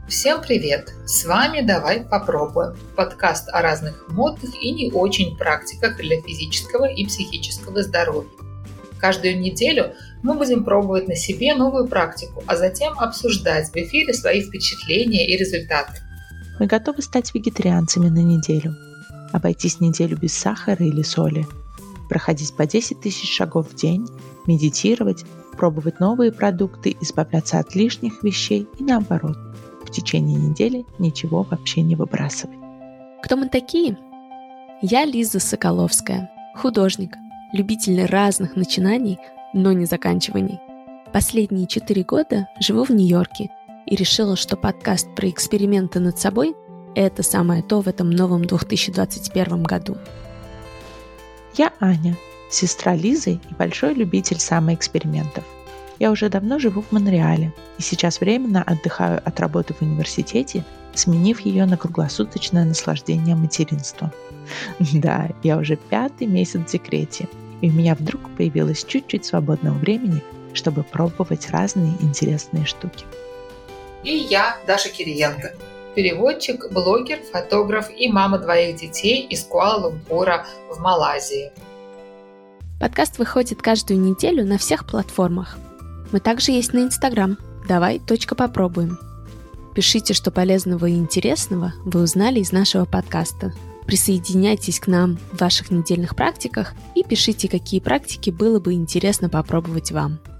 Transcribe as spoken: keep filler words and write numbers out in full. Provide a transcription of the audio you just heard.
Всем привет! С вами «Давай попробуем» – подкаст о разных модных и не очень практиках для физического и психического здоровья. Каждую неделю мы будем пробовать на себе новую практику, а затем обсуждать в эфире свои впечатления и результаты. Мы готовы стать вегетарианцами на неделю, обойтись неделю без сахара или соли, проходить по десять тысяч шагов в день, медитировать, пробовать новые продукты, избавляться от лишних вещей и наоборот. В течение недели ничего вообще не выбрасывать. Кто мы такие? Я Лиза Соколовская, художник, любитель разных начинаний, но не заканчиваний. Последние четыре года живу в Нью-Йорке и решила, что подкаст про эксперименты над собой – это самое то в этом новом две тысячи двадцать первом году. Я Аня, сестра Лизы и большой любитель самоэкспериментов. Я уже давно живу в Монреале и сейчас временно отдыхаю от работы в университете, сменив ее на круглосуточное наслаждение материнством. Да, я уже пятый месяц в декрете, и у меня вдруг появилось чуть-чуть свободного времени, чтобы пробовать разные интересные штуки. И я, Даша Кириенко, переводчик, блогер, фотограф и мама двоих детей из Куала-Лумпура в Малайзии. Подкаст выходит каждую неделю на всех платформах. Мы также есть на Инстаграм. Давай точка попробуем. Пишите, что полезного и интересного вы узнали из нашего подкаста. Присоединяйтесь к нам в ваших недельных практиках и пишите, какие практики было бы интересно попробовать вам.